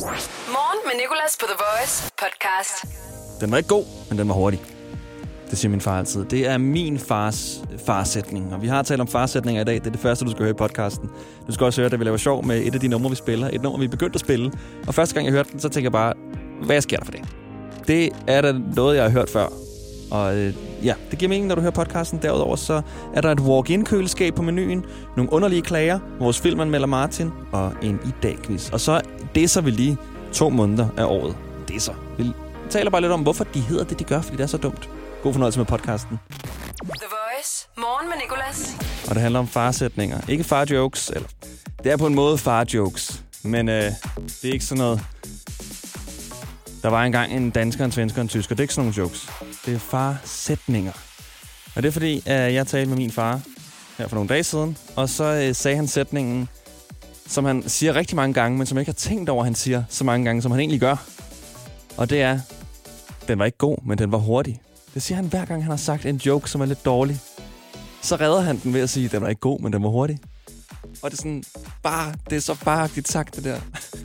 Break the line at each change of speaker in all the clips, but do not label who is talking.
Morgen med Nicolas på The Voice podcast.
Den var ikke god, men den var hurtig. Det siger min far altid. Det er min fars farsætning. Og vi har talt om farsætninger i dag. Det er det første, du skal høre i podcasten. Du skal også høre, at vi laver sjov med et af de numre, vi spiller. Et nummer, vi er begyndt at spille. Og første gang, jeg hørte den, så tænker jeg bare, hvad sker der for det? Det er da noget, jeg har hørt før. Og ja, det giver mening, når du hører podcasten. Derudover så er der et walk-in-køleskab på menuen. Nogle underlige klager. Vores filmanmelder Martin. Og en i dag-quiz. Og så det så vi lige 2 måneder af året. Det så. Vi taler bare lidt om, hvorfor de hedder det, de gør, fordi det er så dumt. God fornøjelse med podcasten.
The Voice. Morgen med Nicolas.
Og det handler om farsætninger. Ikke far-jokes. Eller, det er på en måde far-jokes. Men det er ikke sådan noget. Der var engang en dansker, en svensker og en tysker. Det er ikke sådan nogle jokes. Det er farsætninger. Og det er fordi, jeg talte med min far her for nogle dage siden. Og så sagde han sætningen, som han siger rigtig mange gange, men som jeg ikke har tænkt over, han siger så mange gange, som han egentlig gør. Og det er, den var ikke god, men den var hurtig. Det siger han hver gang, han har sagt en joke, som er lidt dårlig. Så redder han den ved at sige, den var ikke god, men den var hurtig. Og det er sådan, det er så baragtigt sagt, det der.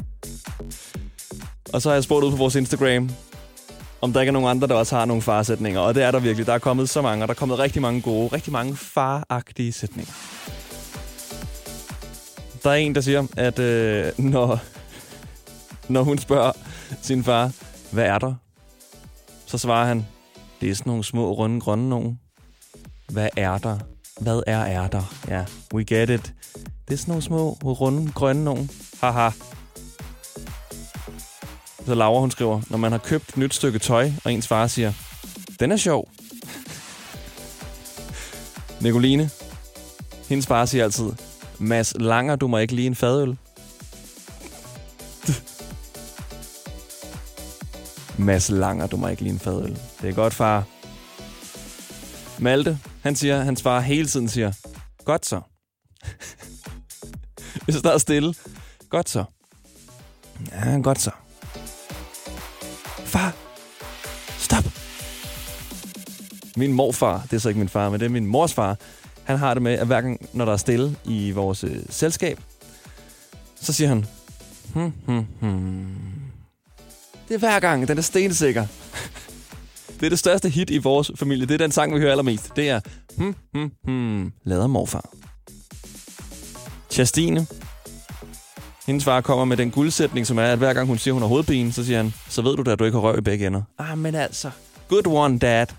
Og så har jeg spurgt ud på vores Instagram, om der ikke er nogen andre, der også har nogle farsætninger. Og det er der virkelig. Der er kommet så mange, og der er kommet rigtig mange gode, rigtig mange faragtige sætninger. Der er en, der siger, at når hun spørger sin far, hvad er der? Så svarer han, det er sådan nogle små, runde, grønne nogen. Hvad er der? Hvad er der? Ja, we get it. Det er sådan nogle små, runde, grønne nogen. Haha. Så Laura, hun skriver, når man har købt et nyt stykke tøj, og ens far siger, den er sjov. Nicoline, hendes far siger altid, Mads Langer, du må ikke lige en fadøl. Mads Langer, du må ikke lige en fadøl. Det er godt, far. Malte, han siger, hans far hele tiden siger, godt så. Hvis der er stille, godt så. Ja, godt så. Far, stop. Min morfar, det er så ikke min far, men det er min mors far, han har det med, at hver gang, når der er stille i vores selskab, så siger han, Det er hver gang, den er stensikker. Det er det største hit i vores familie. Det er den sang, vi hører allermest. Det er, lader morfar. Chastine, hendes far kommer med den guldsætning, som er, at hver gang hun siger, hun har hovedpine, så siger han, så ved du da, at du ikke har røv i begge ender. Men altså, good one, dad.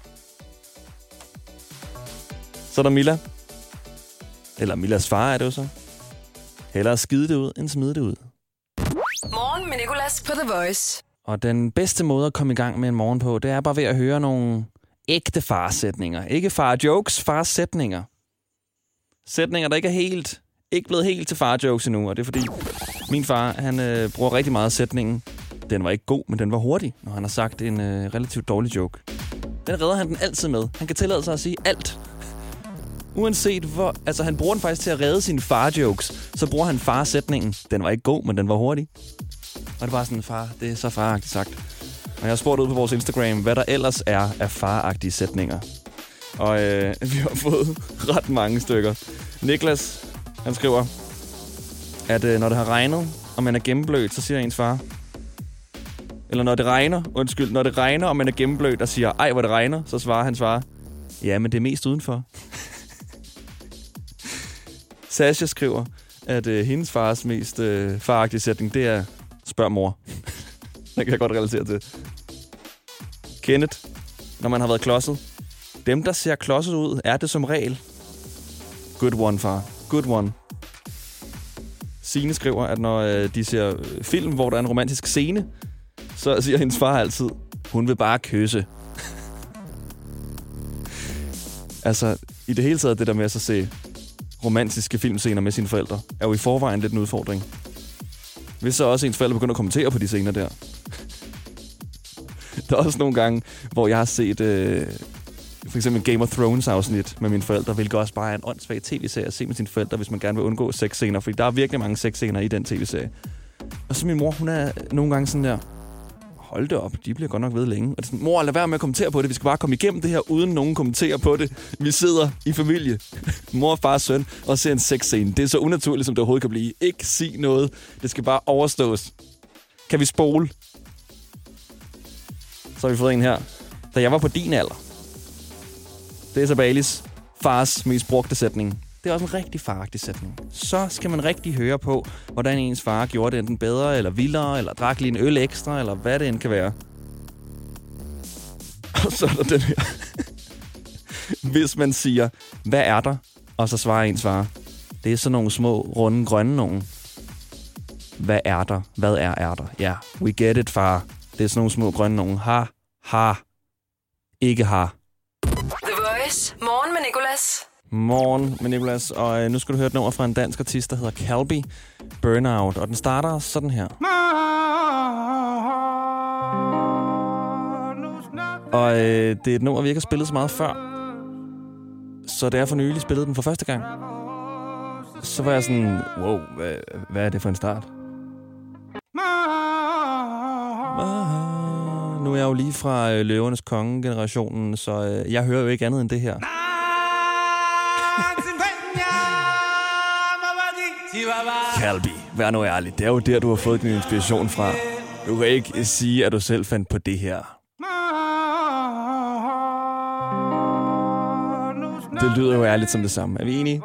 Så er der Milla. Eller Millas far er det jo så. Hellere skide det ud, end smide det ud.
Morgen med Nicolas på The Voice.
Og den bedste måde at komme i gang med en morgen på, det er bare ved at høre nogle ægte farsætninger. Ikke far-jokes, farsætninger. Sætninger, der ikke blevet helt til far-jokes endnu. Og det er fordi, min far, han bruger rigtig meget sætningen. Den var ikke god, men den var hurtig, når han har sagt en relativt dårlig joke. Den redder han den altid med. Han kan tillade sig at sige alt. Uanset hvor... Altså, han bruger den faktisk til at redde sine far-jokes. Så bruger han farsætningen. Den var ikke god, men den var hurtig. Og det var sådan, far, det er så faragtigt sagt. Og jeg har spurgt ud på vores Instagram, hvad der ellers er af faragtige sætninger. Og vi har fået ret mange stykker. Niklas, han skriver, at når det har regnet, og man er gennemblødt, så siger ens far... Eller når det regner, og man er gennemblødt og siger, ej, hvor det regner, så svarer hans far, ja, men det er mest udenfor. Sasha skriver, at hendes fars mest faragtige sætning, det er, spørg mor. Det kan jeg godt relatere til. Kenneth, når man har været klodset. Dem, der ser klodset ud, er det som regel. Good one, far. Good one. Signe skriver, at når de ser film, hvor der er en romantisk scene, så siger hendes far altid, hun vil bare kysse. Altså, i det hele taget, det der med at så se romantiske filmscener med sine forældre, er jo i forvejen lidt en udfordring. Hvis så også ens forældre begynder at kommentere på de scener der. Der er også nogle gange, hvor jeg har set for eksempel Game of Thrones afsnit med mine forældre, hvilket også bare er en åndssvag tv-serie at se med sine forældre, hvis man gerne vil undgå sexscener, fordi der er virkelig mange sexscener i den tv-serie. Og så min mor, hun er nogle gange sådan der, hold det op, de bliver godt nok ved længe. Og det er sådan, mor, lad være med at kommentere på det, vi skal bare komme igennem det her, uden nogen kommenterer på det. Vi sidder i familie, mor, far og søn, og ser en sexscene. Det er så unaturligt, som det overhovedet kan blive. Ikke sig noget, det skal bare overstås. Kan vi spole? Så har vi fået en her. Da jeg var på din alder. Det er Sabalis fars mest brugte sætning. Det er også en rigtig faragtig sætning. Så skal man rigtig høre på, hvordan ens far gjorde det enten bedre, eller vildere, eller drak lige en øl ekstra, eller hvad det end kan være. Og så er der den her. Hvis man siger, hvad er der? Og så svarer ens far. Det er sådan nogle små, runde, grønne nogen. Hvad er der? Hvad er der? Ja, we get it, far. Det er sådan nogle små, grønne nogen. Ha. Ikke har.
The Voice. Morgen med Nicolas.
Morgen med Nicolas. Og nu skal du høre et nummer fra en dansk artist, der hedder Calbi. Burnout. Og den starter sådan her. Og det er et nummer, vi ikke har spillet så meget før. Så da jeg for nylig spillede den for første gang, så var jeg sådan, wow, hvad er det for en start? Nu er jeg jo lige fra Løvernes Konge-generationen, så jeg hører jo ikke andet end det her. Calbi, vær nu ærlig. Det er jo der, du har fået din inspiration fra. Du kan ikke sige, at du selv fandt på det her. Det lyder jo ærligt som det samme. Er vi enige?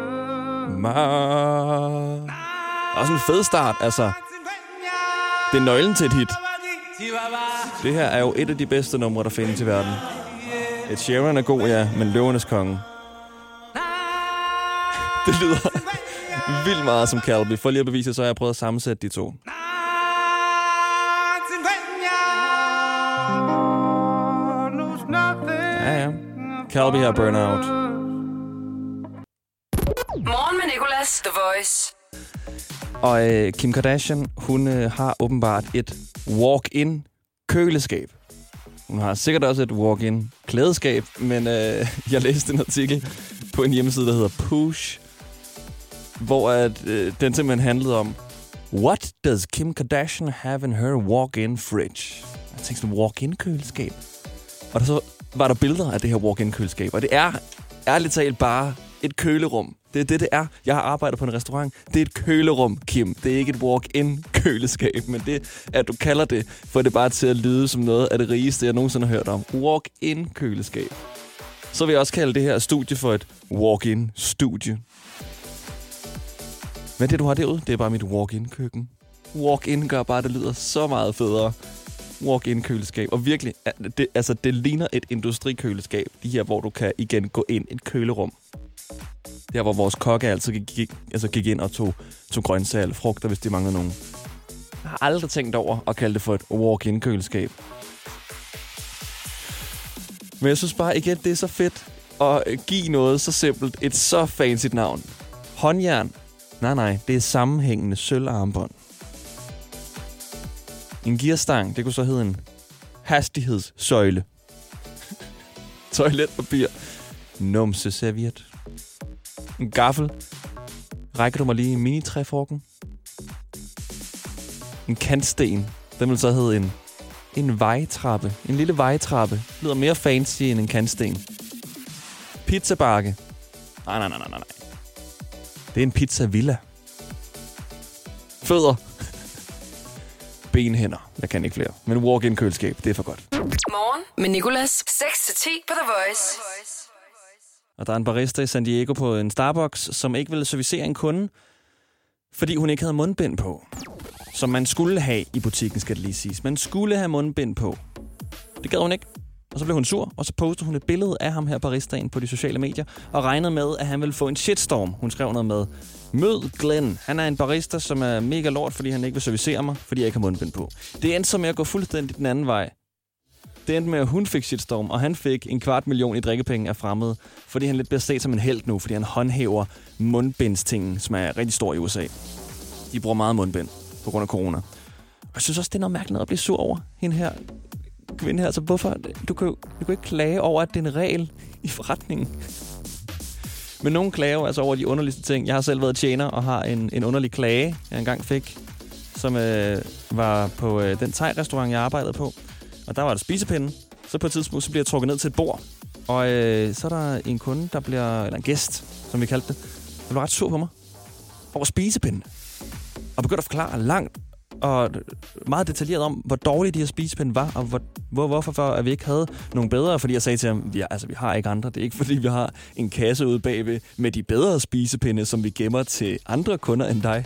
Også en fed start, altså. Det er nøglen til et hit. Det her er jo et af de bedste numre, der findes i verden. Ed Sheeran er god, ja, men Løvernes Konge. Det lyder vildt meget som Calbi. For lige at bevise, så har jeg prøvet at sammensætte de to. Ja. Calbi her, Burnout.
Morgen med Nicolas, The Voice.
Og Kim Kardashian, hun har åbenbart et walk-in køleskab. Hun har sikkert også et walk-in klædeskab, men jeg læste en artikel på en hjemmeside, der hedder Push, hvor den simpelthen handlede om, what does Kim Kardashian have in her walk-in fridge? Jeg tænkte sådan, walk-in køleskab. Og så var der billeder af det her walk-in køleskab, og det er ærligt talt bare et kølerum. Det er det er. Jeg har arbejdet på en restaurant. Det er et kølerum, Kim. Det er ikke et walk-in køleskab, men det, at du kalder det, får det bare til at lyde som noget af det rigeste, jeg nogensinde har hørt om. Walk-in køleskab. Så vil jeg også kalde det her studie for et walk-in studie. Men det, du har derude, det er bare mit walk-in køkken. Walk-in gør bare, det lyder så meget federe. Walk-in køleskab. Og virkelig, det ligner et industrikøleskab. De her, hvor du kan igen gå ind i et kølerum. Der, hvor vores kokke altid gik ind og tog grøntsager eller frugter, hvis de manglede nogen. Jeg har aldrig tænkt over at kalde det for et walk-in køleskab. Men jeg synes bare igen, det er så fedt at give noget så simpelt, et så fancy navn. Håndjern. Nej, det er sammenhængende sølvarmbånd. En gearstang, det kunne så hedde en hastighedssøjle. Toiletpapir. Numseserviet. En gaffel. Rækker du mig lige mini-træforken? En kantsten. Den vil så hedde en vejtrappe. En lille vejtrappe. Lyder mere fancy end en kantsten. Pizzabakke. Nej. Det er en pizzavilla. Fødder. Benhænder. Jeg kan ikke flere. Men walk-in køleskab, det er for godt.
Morgen med Nicolas. 6-10 på The Voice.
Og der er en barista i San Diego på en Starbucks, som ikke ville servicere en kunde, fordi hun ikke havde mundbind på. Som man skulle have i butikken, skal det lige siges. Man skulle have mundbind på. Det gad hun ikke. Og så blev hun sur, og så postede hun et billede af ham her baristaen på de sociale medier, og regnede med, at han ville få en shitstorm. Hun skrev noget med, mød Glenn. Han er en barista, som er mega lort, fordi han ikke vil servicere mig, fordi jeg ikke har mundbind på. Det endte så med at gå fuldstændig den anden vej. Det endte med, at hun fik shitstorm, og han fik 250.000 i drikkepenge af fremmede, fordi han lidt bliver set som en helt nu, fordi han håndhæver mundbindstingen, som er rigtig stor i USA. De bruger meget mundbind på grund af corona. Og jeg synes også, det er noget mærkeligt at blive sur over hende her kvinde her. Altså, hvorfor? Du kan ikke klage over, at det er en regel i forretningen. Men nogen klager jo altså over de underligste ting. Jeg har selv været tjener og har en underlig klage, jeg engang fik, som var på den thai-restaurant, jeg arbejdede på. Og der var der spisepinde. Så på et tidspunkt så bliver jeg trukket ned til et bord. Og så er der en kunde, eller en gæst, som vi kaldte det, der blev ret sur på mig over spisepinden. Og begyndte at forklare langt og meget detaljeret om, hvor dårlige de her spisepinde var, og hvorfor at vi ikke havde nogen bedre. Fordi jeg sagde til ham, vi har ikke andre. Det er ikke, fordi vi har en kasse ude bagved med de bedre spisepinde, som vi gemmer til andre kunder end dig.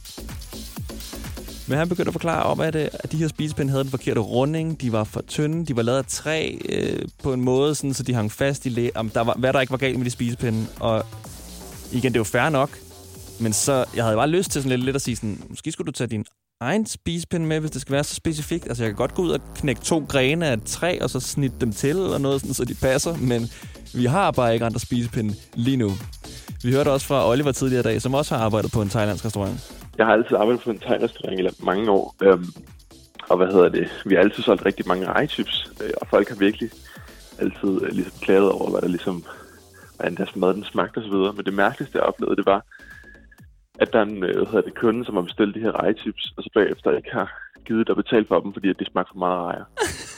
Men han begyndte at forklare om, at de her spisepinde havde den forkerte runding. De var for tynde. De var lavet af træ på en måde, sådan, så de hang fast i hvad der ikke var galt med de spisepinde. Og igen, det er jo fair nok. Men så, jeg havde bare lyst til sådan lidt at sige sådan, måske skulle du tage din egen spisepinde med, hvis det skal være så specifikt. Altså, jeg kan godt gå ud og knække 2 grene af et træ, og så snitte dem til, eller noget sådan, så de passer. Men vi har bare ikke andre spisepinde lige nu. Vi hørte også fra Oliver tidligere i dag, som også har arbejdet på en thailandsk restaurant. Jeg har altid arbejdet på en thai-restaurant i mange år. Og vi har altid solgt rigtig mange rejechips, og folk har virkelig altid ligesom klaget over, hvordan deres mad den smagte osv. Men det mærkeligste, jeg oplevede, det var, at der er en kunde, som har bestilt de her rejechips, og så bagefter ikke har givet at betale for dem, fordi at de smagte for meget af rejer.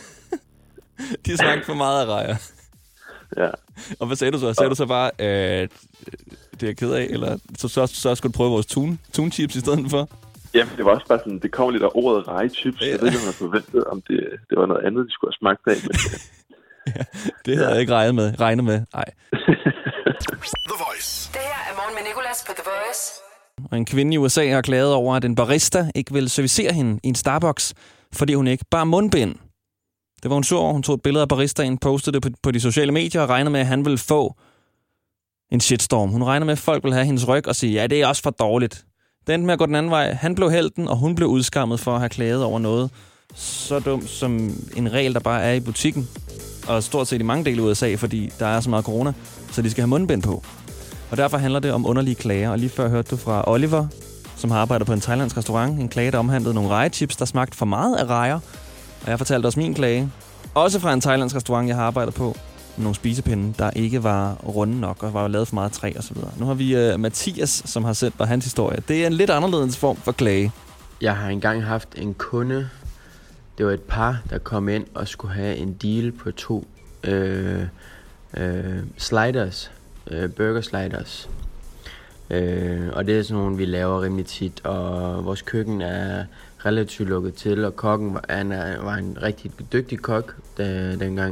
De smagte for meget af rejer?
Ja.
Og hvad sagde du så? Sagde du så bare, det er jeg ked af, eller så skulle du prøve vores tun-chips i stedet for?
Jamen, det var også bare sådan, det kom lidt af ordet rejechips. Jeg ved ikke, om jeg forventede, om det var noget andet, de skulle have smagt af. Men
ja, det havde jeg ikke regnet med. Nej.
The Voice. Det her er Morgen med Nicolas på The Voice.
Og en kvinde i USA har klaget over, at en barista ikke vil servicere hende i en Starbucks, fordi hun ikke bar mundbind. Det var hun sur over. Hun tog et billede af baristaen, postede det på de sociale medier og regnede med, at han ville få en shitstorm. Hun regnede med, at folk ville have hendes ryg og sige, ja, det er også for dårligt. Det endte med at gå den anden vej. Han blev helten, og hun blev udskammet for at have klaget over noget så dumt som en regel, der bare er i butikken. Og stort set i mange dele af USA, fordi der er så meget corona, så de skal have mundbind på. Og derfor handler det om underlige klager. Og lige før hørte du fra Oliver, som har arbejdet på en thailandsk restaurant. En klage, der omhandlede nogle rejechips, der smagte for meget af rejer. Og jeg fortalte også min klage. Også fra en thailandsk restaurant, jeg har arbejdet på. Nogle spisepinde, der ikke var runde nok, og var lavet for meget træ og så videre. Nu har vi Mathias, som har sendt hans historie. Det er en lidt anderledes form for klage.
Jeg har engang haft en kunde. Det var et par, der kom ind og skulle have en deal på 2 sliders. Burger sliders. Og det er sådan nogle, vi laver rimelig tit. Og vores køkken er relativt lukket til, og kokken var en rigtig dygtig kok dengang.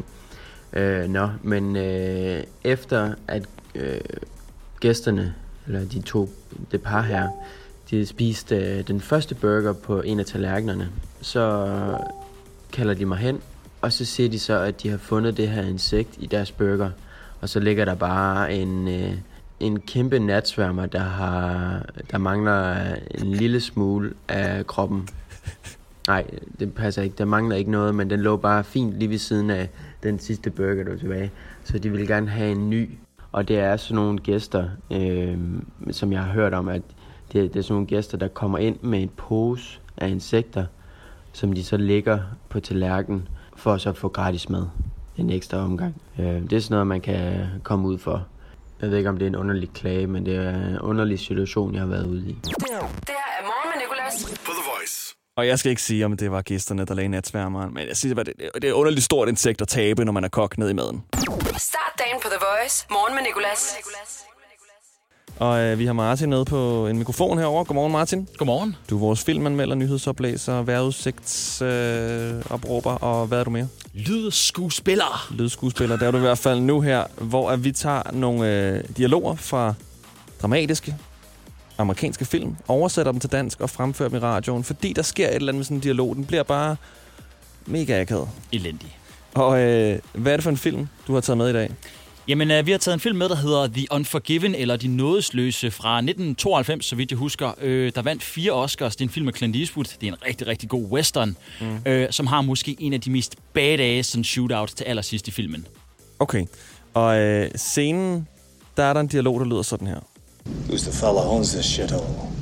Men efter at gæsterne, eller det par her, de spiste den første burger på en af tallerkenerne, så kalder de mig hen, og så siger de så, at de har fundet det her insekt i deres burger, og så ligger der bare en kæmpe natsværmer, der mangler en lille smule af kroppen. Nej, det passer ikke. Der mangler ikke noget, men den lå bare fint lige ved siden af den sidste burger, der var tilbage. Så de ville gerne have en ny. Og det er sådan nogle gæster, som jeg har hørt om, at det er sådan nogle gæster, der kommer ind med en pose af insekter, som de så lægger på tallerkenen, for at så få gratis mad en ekstra omgang. Det er sådan noget, man kan komme ud for. Jeg ved ikke, om det er en underlig klage, men det er en underlig situation, jeg har været ude i.
Det her er Morgen med Nicolas på The Voice.
Og jeg skal ikke sige, om det var gæsterne, der lagde natsværmeren, men jeg siger bare, det er et underligt stort insekt at tabe, når man er kok ned i maden.
Start dagen på The Voice. Morgen med Nicolas.
Og vi har Martin nede på en mikrofon herovre. Godmorgen, Martin.
Godmorgen.
Du er vores filmanmelder, nyhedsoplæser, vejrudsigtsopråber, og hvad er du mere? Lydskuespiller, der er du i hvert fald nu her, hvor vi tager nogle dialoger fra dramatiske amerikanske film, oversætter dem til dansk og fremfører dem i radioen, fordi der sker et eller andet med sådan en dialog. Den bliver bare mega akavet.
Elendig.
Og hvad er det for en film, du har taget med i dag?
Jamen, vi har taget en film med, der hedder The Unforgiven, eller De Nådesløse, fra 1992, så vidt jeg husker. Der vandt 4 Oscars. Det er en film med Clint Eastwood. Det er en rigtig, rigtig god western, som har måske en af de mest badass sådan shootouts til allersidst i filmen.
Okay. Og scenen, der er der en dialog, der lyder sådan her.
Who's the fella who owns this shithole?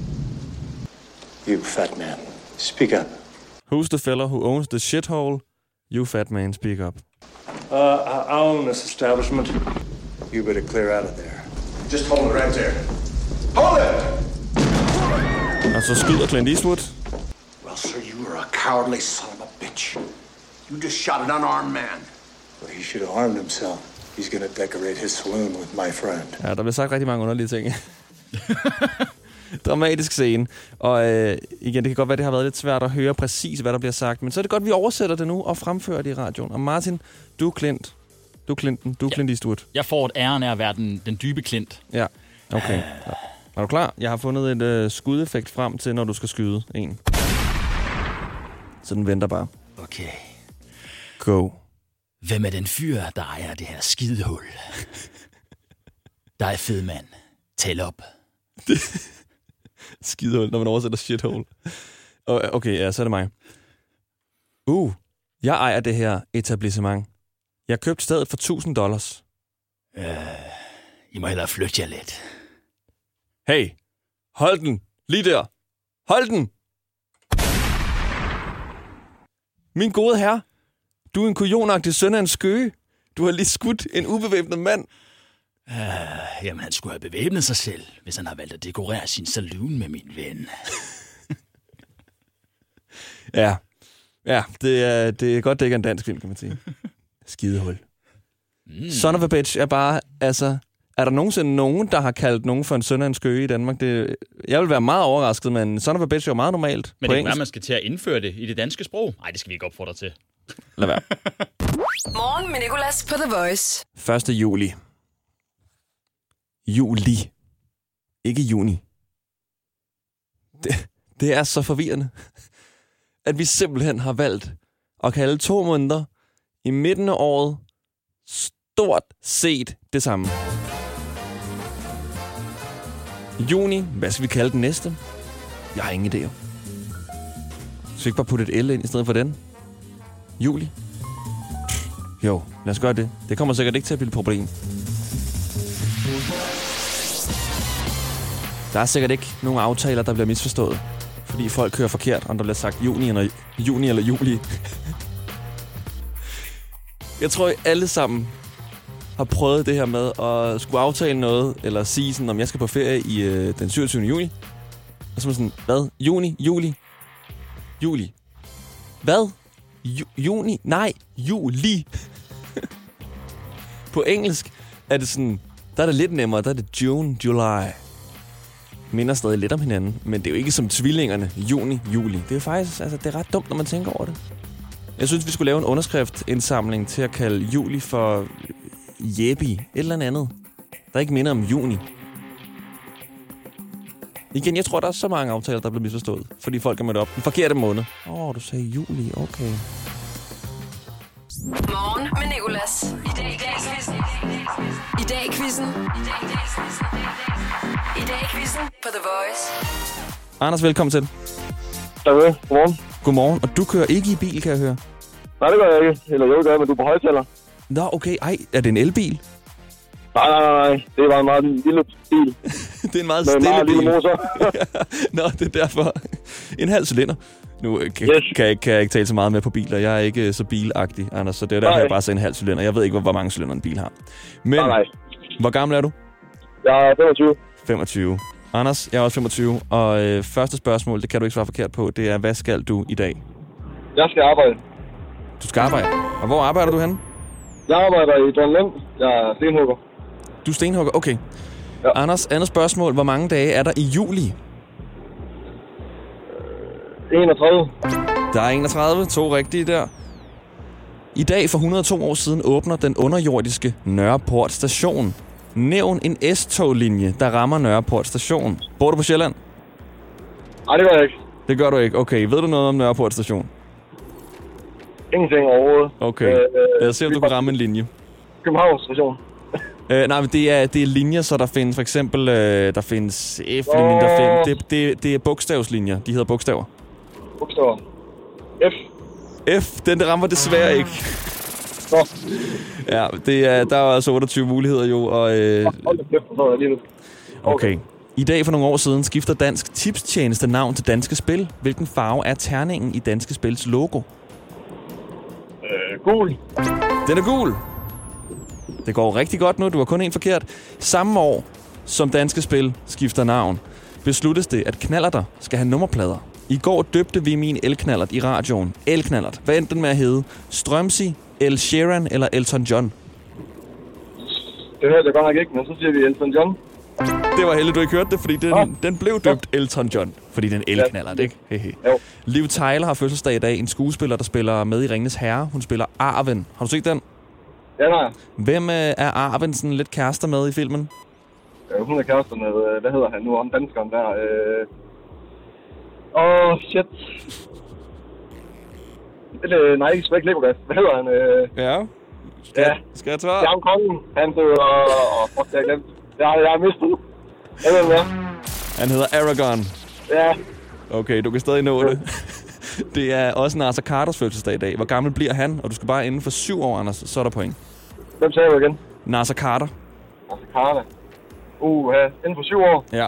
You, fat man. Speak up.
Who's the fella who owns the shithole? You, fat man. Speak up.
I own this establishment. You better clear out of there. Just hold it right there. Hold it!
Og så skyder Clint Eastwood.
Well, sir, you are a cowardly son of a bitch. You just shot an unarmed man.
Well, he should have armed himself. He's gonna decorate his saloon with my friend.
Ja, der bliver sagt rigtig mange underlige ting. Dramatisk scene. Og igen, det kan godt være, det har været lidt svært at høre præcis, hvad der bliver sagt. Men så er det godt, at vi oversætter det nu og fremfører det i radioen. Og Martin, du er Clint. Du er Clinton. Du er Clint Eastwood.
Jeg får et æren af at være den dybe Clint.
Ja, okay. Er du klar? Jeg har fundet et skudeffekt frem til, når du skal skyde en. Så den venter bare.
Okay.
Go.
Hvem er den fyr, der ejer det her skidehul? Der er fed mand. Tæl op.
Skidehul, når man oversætter shithole. Okay, ja, så er det mig. Jeg ejer det her etablissement. Jeg købte stedet for $1,000.
I må hellere flytte jer lidt.
Hey, hold den. Lige der. Hold den. Min gode herre, du er en kujonagtig søn af en skøge. Du har lige skudt en ubevæbnet mand.
Jamen, han skulle have bevæbnet sig selv, hvis han har valgt at dekorere sin saloon med min ven.
Ja, det er godt, det ikke er en dansk film, kan man sige. Skidehul. Son of a bitch er bare, altså... Er der nogensinde nogen, der har kaldt nogen for en søn af en skøge i Danmark? Jeg vil være meget overrasket, men son of a bitch er jo meget normalt.
Men det kan være, man skal til at indføre det i det danske sprog. Nej, det skal vi ikke opfordre til.
Lad være.
Morgen med Nicolas på The Voice.
1. juli. Juli. Ikke juni. Det er så forvirrende, at vi simpelthen har valgt at kalde 2 måneder i midten af året stort set det samme. Juni, hvad skal vi kalde den næste? Jeg har ingen idéer. Så vi ikke bare putte et L ind i stedet for den? Juli? Jo, lad os gøre det. Det kommer sikkert ikke til at blive et problem. Der er sikkert ikke nogen aftaler, der bliver misforstået. Fordi folk kører forkert, om der bliver sagt juni eller juli. Jeg tror, I alle sammen har prøvet det her med at skulle aftale noget, eller sige sådan, om jeg skal på ferie i den 27. juni. Og så er man sådan, hvad? Juli? Hvad? Juni? Nej, juli. På engelsk er det sådan, der er det lidt nemmere, der er det June, July. Minder stadig lidt om hinanden, men det er jo ikke som tvillingerne, juni, juli. Det er faktisk, altså, det er ret dumt, når man tænker over det. Jeg synes, vi skulle lave en underskriftindsamling til at kalde juli for Jebi, et eller andet. Der ikke minder om juni. Igen, jeg tror, der er så mange aftaler, der er blevet misforstået, fordi folk er mødt op den forkerte måned. Du sagde juli, okay.
Morgen med Nicolas. I dag i quizzen på The Voice.
Anders, velkommen til.
Tak. Godmorgen.
Godmorgen, og du kører ikke i bil, kan jeg høre?
Nej, det gør jeg ikke. Eller jo, det gør, men du er på højtaler.
Nå, okay. Ej, er det en elbil?
Nej. Det var en meget lille bil.
Det er en meget stille
meget
bil.
lille motor.
Nå, det er derfor. En halv cylinder. Nu kan jeg ikke tale så meget med på biler. Jeg er ikke så bilagtig, Anders, så det er derfor, jeg bare sagde en halv cylinder. Jeg ved ikke, hvor mange cylinder en bil har. Men, hvor gammel er du?
Jeg er 25.
25. Anders, jeg er også 25, og første spørgsmål, det kan du ikke svare forkert på, det er, hvad skal du i dag?
Jeg skal arbejde.
Du skal arbejde? Og hvor arbejder du henne?
Jeg arbejder i Drønland. Jeg er stenhugger.
Du er stenhugger? Okay. Ja. Anders, andet spørgsmål. Hvor mange dage er der i juli?
31.
Der er 31. 2 rigtige der. I dag for 102 år siden åbner den underjordiske Nørreport station. Nævn en S-toglinje, der rammer Nørreport station. Bor du på Sjælland?
Nej, det gør jeg ikke.
Det gør du ikke. Okay, ved du noget om Nørreport station?
Ingenting overhovedet.
Okay. Lad os se, om du kan ramme en linje.
Københavns station.
Nej, men det er linjer, så der findes for eksempel, der findes F-linjen, det er bogstavslinjer. De hedder bogstaver.
Bogstaver.
F, den rammer desværre ikke.
Nå.
Ja, der er altså 28 muligheder jo, og... Okay. I dag for nogle år siden skifter Dansk Tipstjeneste navn til Danske Spil. Hvilken farve er terningen i Danske Spils logo?
Gul.
Den er gul. Det går rigtig godt nu, du har kun en forkert. Samme år, som Danske Spil skifter navn, besluttes det, at knallerter skal have nummerplader. I går døbte vi min elknallert i radioen. Elknallert. Hvad endte den med at hedde? Strømsy, El Sheeran eller Elton John?
Det hørte jeg godt nok ikke, men så siger vi Elton John.
Det var heldigt, du ikke hørte det, fordi den blev døbt Elton John. Fordi den elknaller, ikke?
Jo.
Liv Tyler har fødselsdag i dag. En skuespiller, der spiller med i Ringenes Herre. Hun spiller Arwen. Har du set den?
Ja, nej.
Hvem er Arwen sådan lidt kærester med i filmen?
Hun er kærester med, hvad hedder han nu, om danskeren der? Shit. Nej, ikke Spæk Legolas. Hvad hedder han?
Ja. Skal jeg svare?
Det er ham kongen. Han hedder... fuck, jeg har glemt. Jeg har mistet nu. Jeg ved hvad.
Han hedder Aragorn.
Ja.
Okay, du kan stadig nå det. Det er også Nasser Carters fødselsdag i dag. Hvor gammel bliver han? Og du skal bare inden for 7 år, Anders, så er der point.
Hvem sagde du igen?
Nasser Carter.
Nasser Carter. Inden for 7 år?
Ja.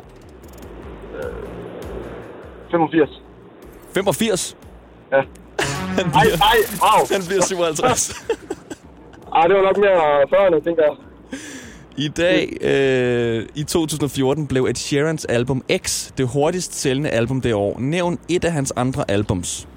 85.
85?
Ja. Wow.
Han bliver 57.
Det var nok mere 40'erne, tænker jeg.
I dag, i 2014, blev Ed Sheerans album X det hurtigst sælgende album det år. Nævn et af hans andre albums.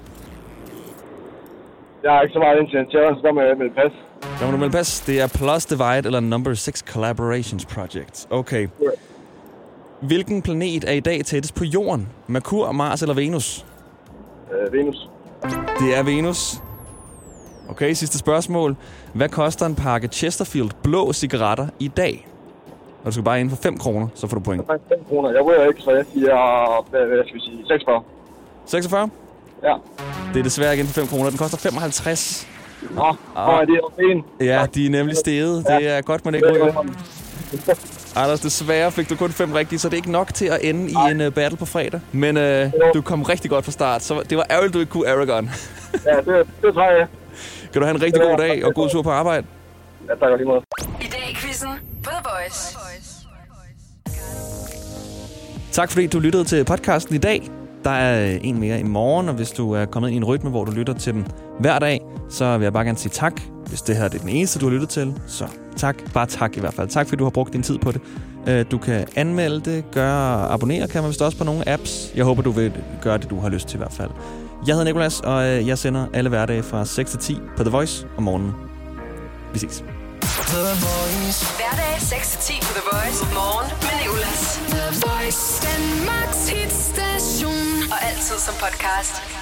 Jeg er ikke så meget ind til Ed Sheeran, så der må jeg melde pas.
Der må du melde pas. Det er Plus Divide eller Number 6 Collaborations Project. Okay. Hvilken planet er i dag tættest på Jorden? Merkur, Mars eller Venus?
Venus.
Det er Venus. Okay, sidste spørgsmål. Hvad koster en pakke Chesterfield blå cigaretter i dag? Og du skal bare ind for 5 kroner, så får du point.
5 kroner. Jeg ved ikke, så jeg siger, hvad skal vi sige, 46.
46?
Ja.
Det er desværre igen for 5 kroner. Den koster 55.
Nå, er det også en?
Ja, de er nemlig steget. Det er godt, man ikke ryger. Anders, desværre fik du kun 5 rigtige, så det er ikke nok til at ende i en battle på fredag. Men du kom rigtig godt fra start, så det var ærgerligt, du ikke kunne Aragorn.
Ja, det tror jeg.
Kan du have en rigtig god dag og god tur på arbejde?
Ja, tak lige måde.
I dag i quizzen på The Voice.
Tak fordi du lyttede til podcasten i dag. Der er en mere i morgen, og hvis du er kommet i en rytme, hvor du lytter til den hver dag, så vil jeg bare gerne sige tak. Hvis det her er den eneste, du har lyttet til, så tak. Bare tak i hvert fald. Tak fordi du har brugt din tid på det. Du kan anmelde det, abonnere kan man vist også på nogle apps. Jeg håber, du vil gøre det, du har lyst til i hvert fald. Jeg hedder Nicolas, og jeg sender alle hverdage fra 6 til 10 på The Voice om morgenen. Vi ses.
Hverdag 6 til 10 på The Voice. Morgen med Nicolas. The Voice. Danmarks hitstation. Og altid som podcast.